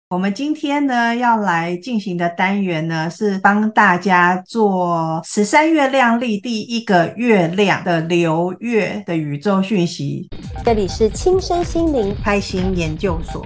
我们今天呢要来进行的单元呢是帮大家做13月亮历第一个月亮的流月的宇宙讯息。 这里是轻身心灵， 开心研究所，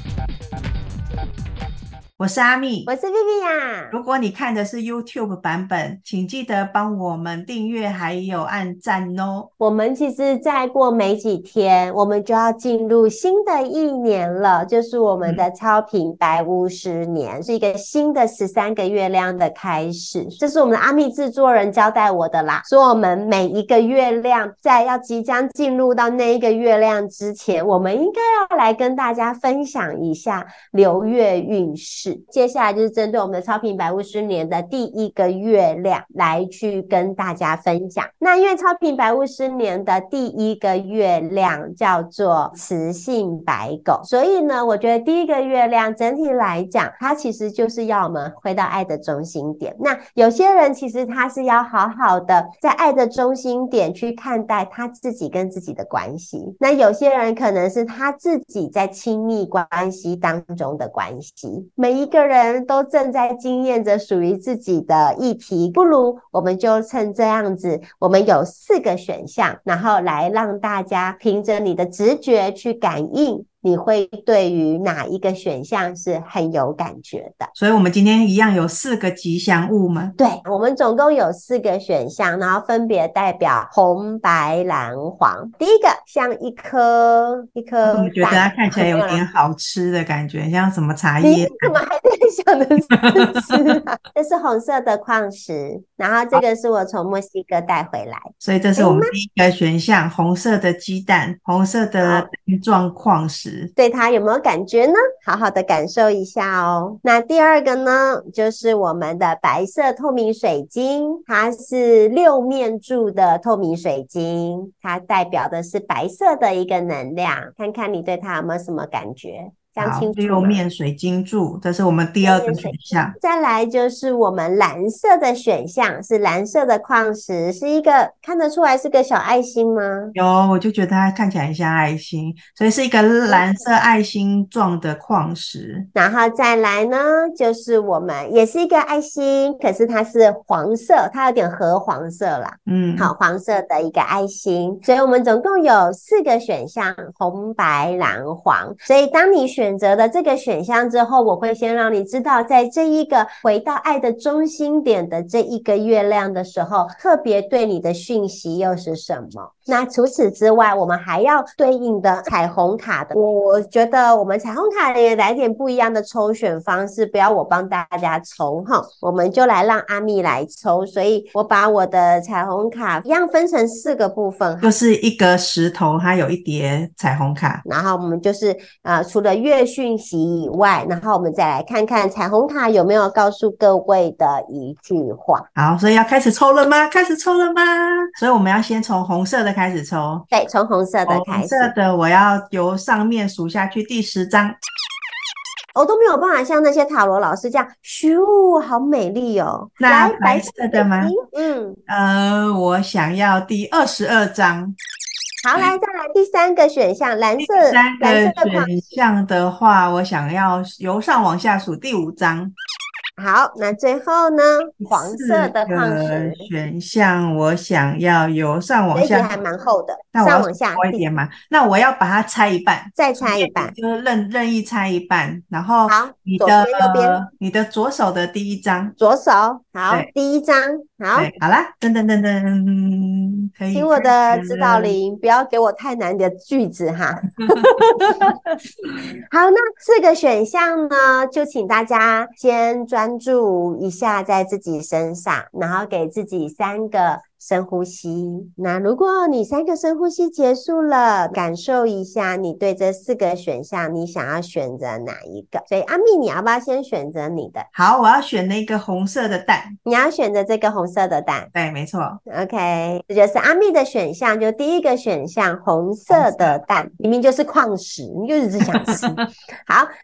我是阿蜜， 我是 Viviya。 如果你看的是 YouTube 版本，请记得帮我们订阅还有按赞哦。 我们其实再过没几天我们就要进入新的一年了，就是我们的超频白巫师年，是一个新的13个月亮的开始。这是我们的阿蜜制作人交代我的啦，说我们每一个月亮在要即将进入到那一个月亮之前，我们应该要来跟大家分享一下流月运势。接下来就是针对我们的超频白巫师年的第一个月亮来去跟大家分享。那因为超频白巫师年的第一个月亮叫做雌性白狗，所以呢我觉得第一个月亮整体来讲，它其实就是要我们回到爱的中心点。那有些人其实他是要好好的在爱的中心点去看待他自己跟自己的关系，那有些人可能是他自己在亲密关系当中的关系。每一个人都正在经验着属于自己的议题，不如我们就趁这样子，我们有4个选项，然后来让大家凭着你的直觉去感应，你会对于哪一个选项是很有感觉的。 所以我们今天一样有4个吉祥物吗？ 对，我们总共有4个选项，然后分别代表红白蓝黄。第一个像一颗我怎么觉得它蛋， 看起来有点好吃的感觉，像什么茶你叶怎么还在想的是吃啊？这是红色的矿石，然后这个是我从墨西哥带回来。 所以这是我们第一个选项，红色的鸡蛋，红色的蛋状矿石。 对它有没有感觉呢？好好的感受一下哦。那第二个呢，就是我们的白色透明水晶，它是6面柱的透明水晶，它代表的是白色的一个能量，看看你对它有没有什么感觉。这样好， 清楚吗？ 六面水晶柱，这是我们第二个选项。 再来就是我们蓝色的选项，是蓝色的矿石，是一个看得出来是个小爱心吗？ 有，我就觉得它看起来很像爱心，所以是一个蓝色爱心状的矿石。 然后再来呢，就是我们也是一个爱心，可是它是黄色，它有点褐黄色啦。好，黄色的一个爱心，所以我们总共有4个选项，红白蓝黄。所以当你选择了这个选项之后，我会先让你知道，在这一个回到爱的中心点的这一个月亮的时候，特别对你的讯息又是什么。那除此之外，我们还要对应的彩虹卡的，我觉得我们彩虹卡也来点不一样的抽选方式，不要我帮大家抽哈，我们就来让阿蜜来抽。所以我把我的彩虹卡一样分成4个部分， 就是一个石头，它有一叠彩虹卡， 然后我们就是除了月讯息以外，然后我们再来看看彩虹卡有没有告诉各位的一句话。 好，所以要开始抽了吗？开始抽了吗？所以我们要先从红色的开始抽。 对，从红色的开始。 红色的我要由上面数下去第10张。 我都没有办法像那些塔罗老师这样，咻，好美丽哦。 那来， 白色的吗？我想要第22张。 好，来再来第3个选项，蓝色的选项的话，我想要由上往下数第5张。 好，那最后呢，黄色的矿石选项，我想要由上往下， 这一题还蛮厚的， 那我要上往下多一点嘛？那我要把它拆一半， 再拆一半， 就是任意拆一半，然后好，左边右边， 你的左手的第1张， 左手，好，第1张，好， 对，好啦，噔噔噔噔，可以。 请我的指导灵不要给我太难的句子哈。好，那4个选项呢，就请大家先专注一下在自己身上，然后给自己3个深呼吸。那如果你3个深呼吸结束了，感受一下你对这4个选项，你想要选择哪一个？所以阿蜜，你要不要先选择你的？ 好，我要选那个红色的蛋。 你要选择这个红色的蛋。 对，没错。 OK， 这就是阿蜜的选项，就第一个选项红色的蛋，明明就是矿石，你就一直想吃。好，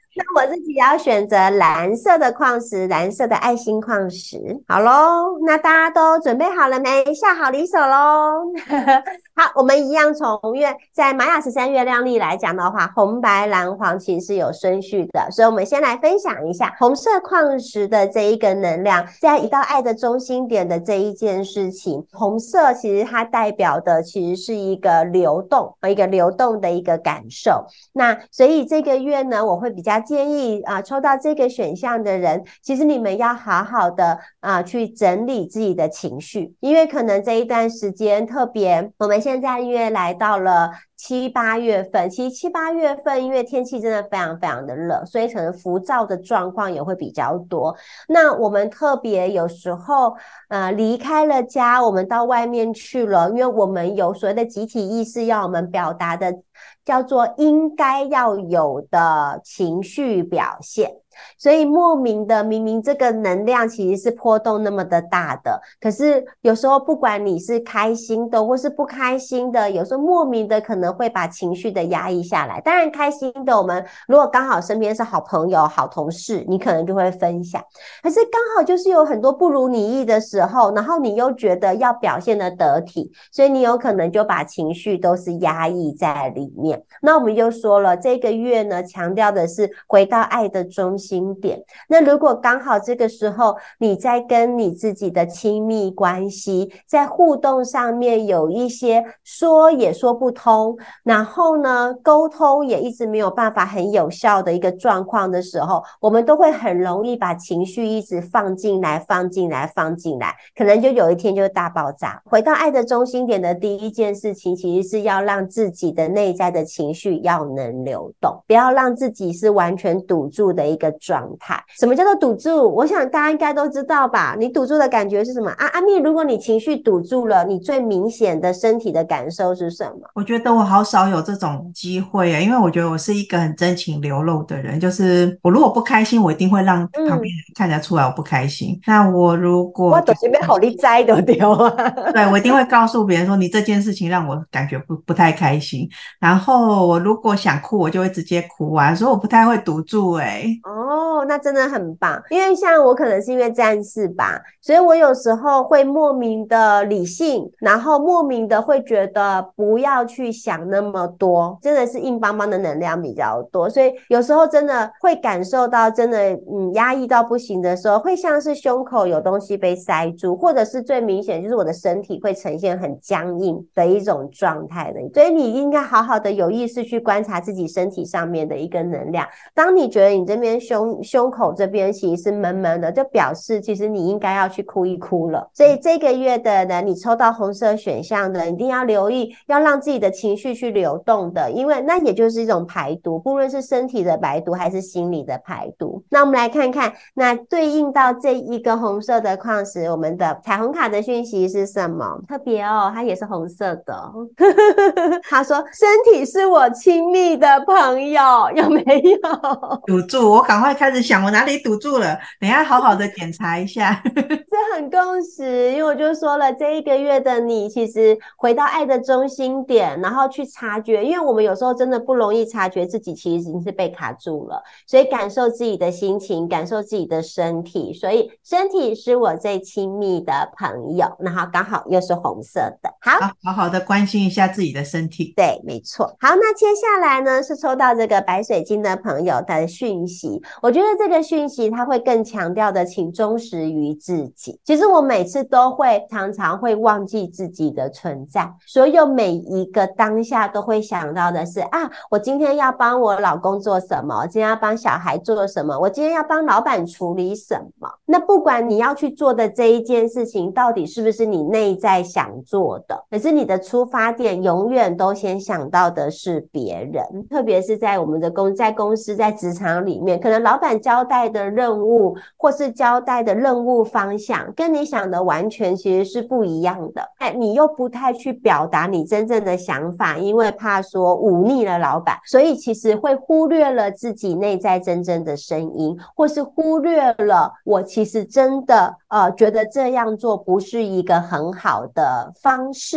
那我自己要选择蓝色的矿石，蓝色的爱心矿石。好咯，那大家都准备好了没？下好离手咯。好，我们一样从在玛雅13月亮历来讲的话，红白蓝黄其实是有顺序的，所以我们先来分享一下红色矿石的这一个能量，在移到爱的中心点的这一件事情。红色其实它代表的其实是一个流动，一个流动的一个感受。那所以这个月呢，我会比较建议抽到这个选项的人，其实你们要好好的去整理自己的情绪，因为可能这一段时间特别，我们现在因为来到了7、8月份，其实7、8月份因为天气真的非常非常的热，所以可能浮躁的状况也会比较多。那我们特别有时候离开了家，我们到外面去了，因为我们有所谓的集体意识要我们表达的，叫做应该要有的情绪表现。所以莫名的，明明这个能量其实是波动那么的大的，可是有时候不管你是开心的或是不开心的，有时候莫名的可能会把情绪的压抑下来。当然开心的，我们如果刚好身边是好朋友好同事，你可能就会分享，可是刚好就是有很多不如你意的时候，然后你又觉得要表现得得体，所以你有可能就把情绪都是压抑在里面。那我们就说了，这个月呢强调的是回到爱的中心点。那如果刚好这个时候你在跟你自己的亲密关系在互动上面有一些说也说不通，然后呢沟通也一直没有办法很有效的一个状况的时候，我们都会很容易把情绪一直放进来，可能就有一天就大爆炸。回到爱的中心点的第一件事情，其实是要让自己的内在的情绪要能流动，不要让自己是完全堵住的一个状态。什么叫做堵住？我想大家应该都知道吧，你堵住的感觉是什么阿蜜，如果你情绪堵住了，你最明显的身体的感受是什么？ 我觉得我好少有这种机会因为我觉得我是一个很真情流露的人，就是我如果不开心，我一定会让旁边人看得出来我不开心。那我如果我就是要给你知就对啊。 对，我一定会告诉别人说你这件事情让我感觉不太开心，然后我如果想哭，我就会直接哭啊，所以我不太会堵住哦，那真的很棒。因为像我可能是因为战士吧，所以我有时候会莫名的理性，然后莫名的会觉得不要去想那么多，真的是硬邦邦的能量比较多，所以有时候真的会感受到真的压抑到不行的时候，会像是胸口有东西被塞住，或者是最明显就是我的身体会呈现很僵硬的一种状态的。所以你应该好好的有意识去观察自己身体上面的一个能量，当你觉得你这边胸口这边其实是闷闷的，就表示其实你应该要去哭一哭了。所以这个月的呢，你抽到红色选项的一定要留意，要让自己的情绪去流动的，因为那也就是一种排毒，不论是身体的排毒还是心理的排毒。那我们来看看，那对应到这一个红色的矿石，我们的彩虹卡的讯息是什么？特别哦，它也是红色的。他说身体是我亲密的朋友，有没有堵住？我赶快开始想我哪里堵住了，等一下好好的检查一下。 这很共识，因为我就说了，这一个月的你其实回到爱的中心点，然后去察觉，因为我们有时候真的不容易察觉自己其实已经是被卡住了，所以感受自己的心情，感受自己的身体，所以身体是我最亲密的朋友，然后刚好又是红色的。 好好的关心一下自己的身体。 对，没错。好，那接下来呢是抽到这个白水晶的朋友的讯息，我觉得这个讯息它会更强调的请忠实于自己。其实我每次都会常常会忘记自己的存在，所有每一个当下都会想到的是我今天要帮我老公做什么，我今天要帮小孩做什么，我今天要帮老板处理什么。那不管你要去做的这一件事情到底是不是你内在想做的，可是你的出发点永远都先想到的是别人，特别是在我们的在公司在职场里面，可能老板交代的任务或是交代的任务方向跟你想的完全其实是不一样的，你又不太去表达你真正的想法，因为怕说忤逆了老板，所以其实会忽略了自己内在真正的声音，或是忽略了我其实真的觉得这样做不是一个很好的方式，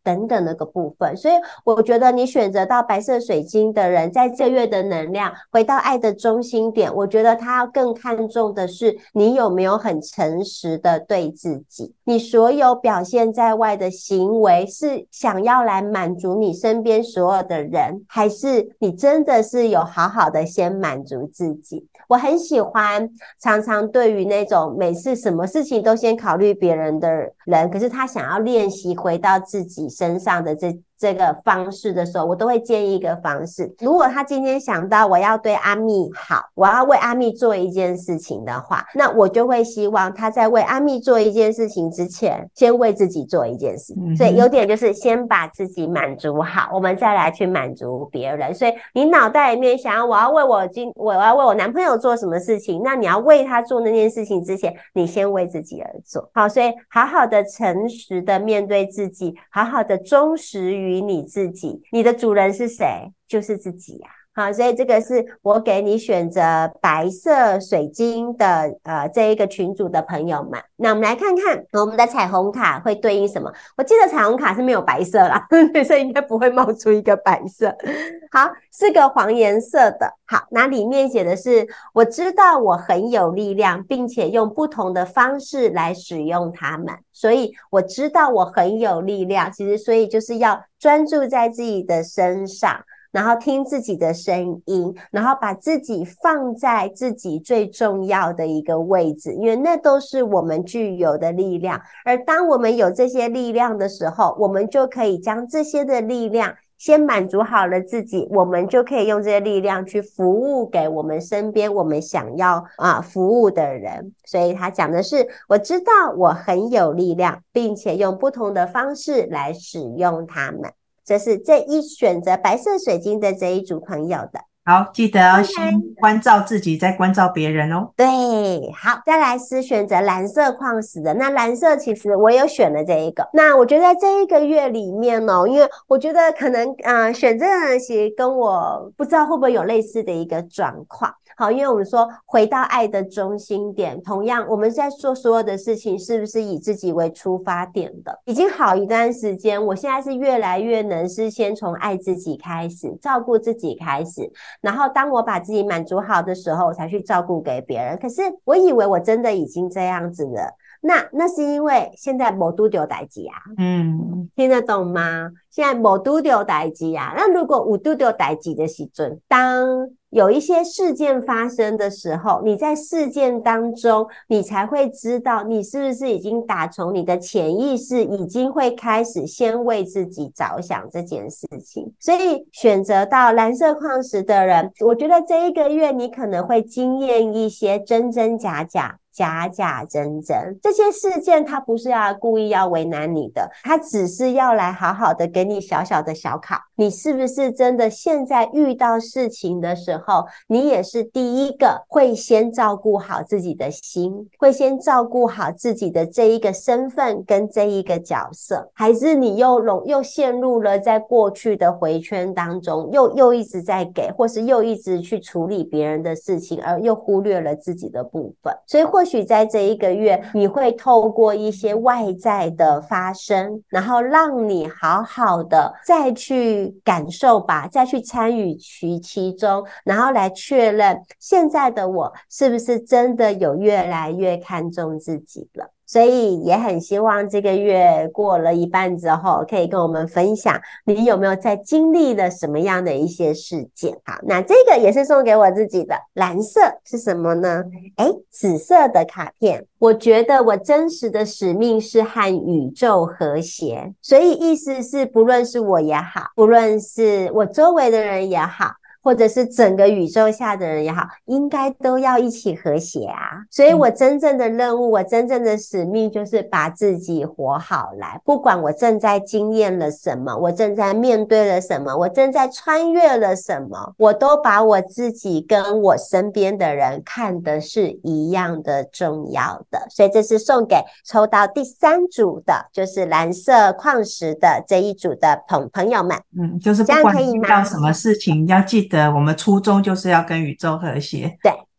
等等那个部分。所以我觉得你选择到白色水晶的人，在这月的能量回到爱的中心点，我觉得他要更看重的是你有没有很诚实的对自己，你所有表现在外的行为是想要来满足你身边所有的人，还是你真的是有好好的先满足自己。我很喜欢常常对于那种每次什么事情都先考虑别人的人，可是他想要练习回到自己身上的这个方式的时候，我都会建议一个方式。如果他今天想到我要对阿密好，我要为阿密做一件事情的话，那我就会希望他在为阿密做一件事情之前，先为自己做一件事。所以有点就是先把自己满足好，我们再来去满足别人。所以你脑袋里面想要我要为我男朋友做什么事情，那你要为他做那件事情之前，你先为自己而做。好，所以好好的诚实的面对自己，好好的忠实于你自己，你的主人是谁？就是自己呀。好，所以这个是我给你选择白色水晶的这一个群组的朋友们。那我们来看看我们的彩虹卡会对应什么。我记得彩虹卡是没有白色啦，所以应该不会冒出一个白色。好，是个黄颜色的。好，那里面写的是我知道我很有力量，并且用不同的方式来使用它们。所以我知道我很有力量，其实所以就是要专注在自己的身上，然后听自己的声音，然后把自己放在自己最重要的一个位置，因为那都是我们具有的力量。而当我们有这些力量的时候，我们就可以将这些的力量先满足好了自己，我们就可以用这些力量去服务给我们身边我们想要服务的人。所以他讲的是我知道我很有力量，并且用不同的方式来使用它们。这是这一选择白色水晶的这一组朋友的。 好，记得要先关照自己，再关照别人哦。 对，好，再来是选择蓝色矿石的。那蓝色其实我有选了这一个。那我觉得在这一个月里面哦，因为我觉得可能选这个人其实跟我不知道会不会有类似的一个状况。好，因为我们说回到爱的中心点，同样我们在做所有的事情是不是以自己为出发点的？已经好一段时间，我现在是越来越能是先从爱自己开始，照顾自己开始，然后当我把自己满足好的时候，我才去照顾给别人。可是我以为我真的已经这样子了，那是因为现在没拄到代志啊。听得懂吗？现在没拄到代志啊。那如果有拄到代志的时阵，当有一些事件发生的时候，你在事件当中，你才会知道你是不是已经打从你的潜意识已经会开始先为自己着想这件事情。所以选择到蓝色矿石的人，我觉得这一个月你可能会经验一些真真假假，假假真真，这些事件它不是要故意要为难你的，它只是要来好好的给你小小的小考，你是不是真的现在遇到事情的时候，你也是第一个会先照顾好自己的心，会先照顾好自己的这一个身份跟这一个角色，还是你又陷入了在过去的回圈当中，又一直在给，或是又一直去处理别人的事情，而又忽略了自己的部分。所以或许在这一个月，你会透过一些外在的发生，然后让你好好的再去感受吧，再去参与其中，然后来确认现在的我是不是真的有越来越看重自己了。所以也很希望这个月过了一半之后，可以跟我们分享你有没有在经历了什么样的一些事件。好，那这个也是送给我自己的。蓝色是什么呢？紫色的卡片。我觉得我真实的使命是和宇宙和谐，所以意思是不论是我也好，不论是我周围的人也好，或者是整个宇宙下的人也好，应该都要一起和谐啊。所以我真正的任务，我真正的使命就是把自己活好来，不管我正在经验了什么，我正在面对了什么，我正在穿越了什么，我都把我自己跟我身边的人看的是一样的重要的。所以这是送给抽到第3组的，就是蓝色矿石的这一组的朋友们。 就是不管遇到什么事情，要记得我们初衷就是要跟宇宙和谐。 对对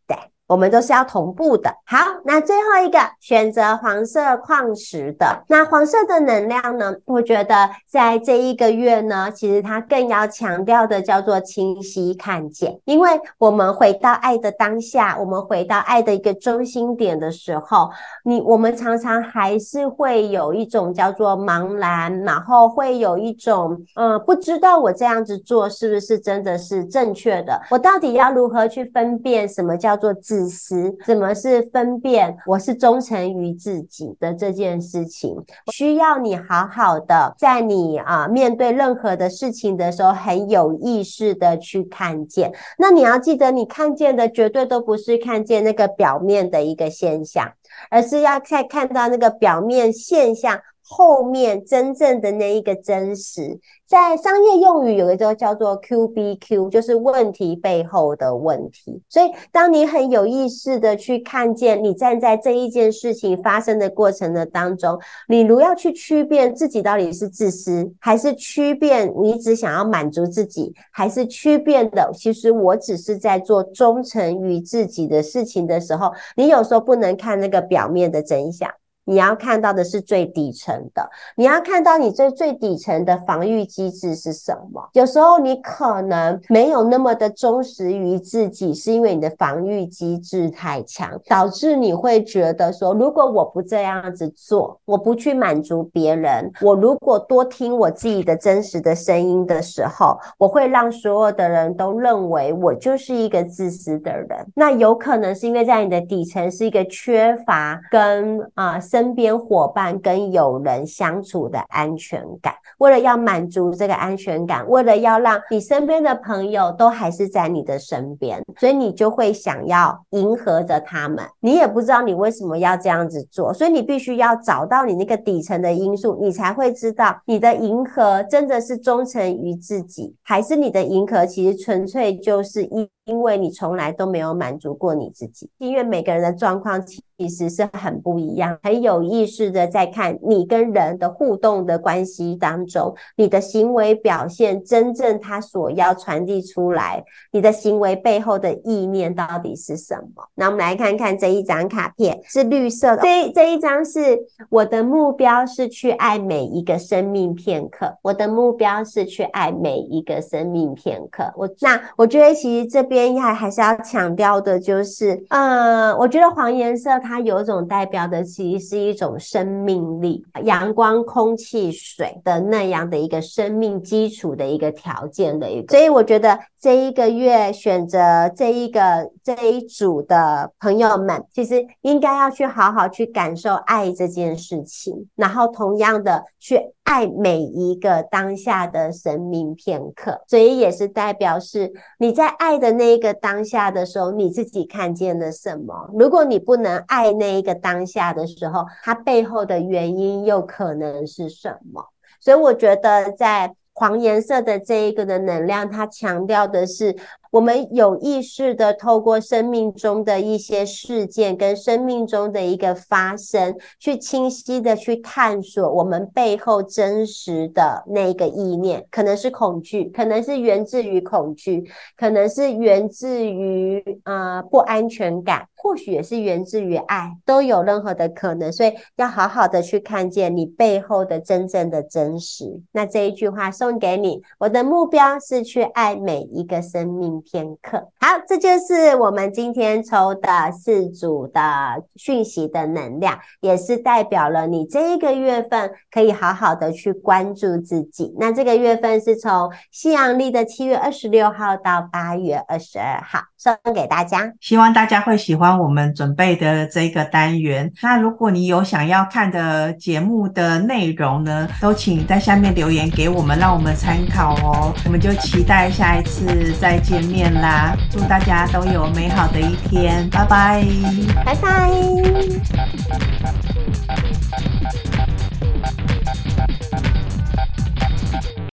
我们都是要同步的。好，那最后一个选择黄色矿石的，那黄色的能量呢，我觉得在这一个月呢，其实它更要强调的叫做清晰看见，因为我们回到爱的当下，我们回到爱的一个中心点的时候，我们常常还是会有一种叫做茫然，然后会有一种不知道我这样子做是不是真的是正确的，我到底要如何去分辨什么叫做自私，什么是分辨我是忠诚于自己的这件事情，需要你好好的在你面对任何的事情的时候很有意识的去看见。那你要记得，你看见的绝对都不是看见那个表面的一个现象，而是要再看到那个表面现象后面真正的那一个真实。在商业用语有一个叫做 QBQ， 就是问题背后的问题。所以当你很有意识的去看见，你站在这一件事情发生的过程的当中，你如要去区辨自己到底是自私，还是区辨你只想要满足自己，还是区辨的其实我只是在做忠诚于自己的事情的时候，你有时候不能看那个表面的真相，你要看到的是最底层的，你要看到你最底层的防御机制是什么。有时候你可能没有那么的忠实于自己，是因为你的防御机制太强，导致你会觉得说，如果我不这样子做，我不去满足别人，我如果多听我自己的真实的声音的时候，我会让所有的人都认为我就是一个自私的人。那有可能是因为在你的底层是一个缺乏跟身边伙伴跟友人相处的安全感，为了要满足这个安全感，为了要让你身边的朋友都还是在你的身边，所以你就会想要迎合着他们，你也不知道你为什么要这样子做，所以你必须要找到你那个底层的因素，你才会知道你的迎合真的是忠诚于自己，还是你的迎合其实纯粹就是因为你从来都没有满足过你自己。因为每个人的状况其实是很不一样，很有意识的在看你跟人的互动的关系当中，你的行为表现真正他所要传递出来，你的行为背后的意念到底是什么。那我们来看看这一张卡片是绿色的，这一张是我的目标是去爱每一个生命片刻，我的目标是去爱每一个生命片刻。我觉得其实这边还是要强调的就是我觉得黄颜色它有一种代表的其实是一种生命力，阳光空气水的那样的一个生命基础的一个条件的一个，所以我觉得这一个月选择这一组的朋友们，其实应该要去好好去感受爱这件事情，然后同样的去爱每一个当下的生命片刻。所以也是代表是你在爱的那一个当下的时候，你自己看见了什么。如果你不能爱那一个当下的时候，它背后的原因又可能是什么。所以我觉得在黄颜色的这一个的能量，它强调的是我们有意识的透过生命中的一些事件跟生命中的一个发生，去清晰的去探索我们背后真实的那个意念，可能是恐惧，可能是源自于恐惧，可能是源自于不安全感，或许也是源自于爱，都有任何的可能。所以要好好的去看见你背后的真正的真实。那这一句话送给你，我的目标是去爱每一个生命片刻。好，这就是我们今天抽的4组的讯息的能量，也是代表了你这一个月份可以好好的去关注自己。那这个月份是从西洋历的7月26号到8月22号，送给大家。 希望大家会喜欢我们准备的这个单元。那如果你有想要看的节目的内容呢，都请在下面留言给我们，让我们参考哦。我们就期待下一次再见面啦，祝大家都有美好的一天，拜拜， 拜拜。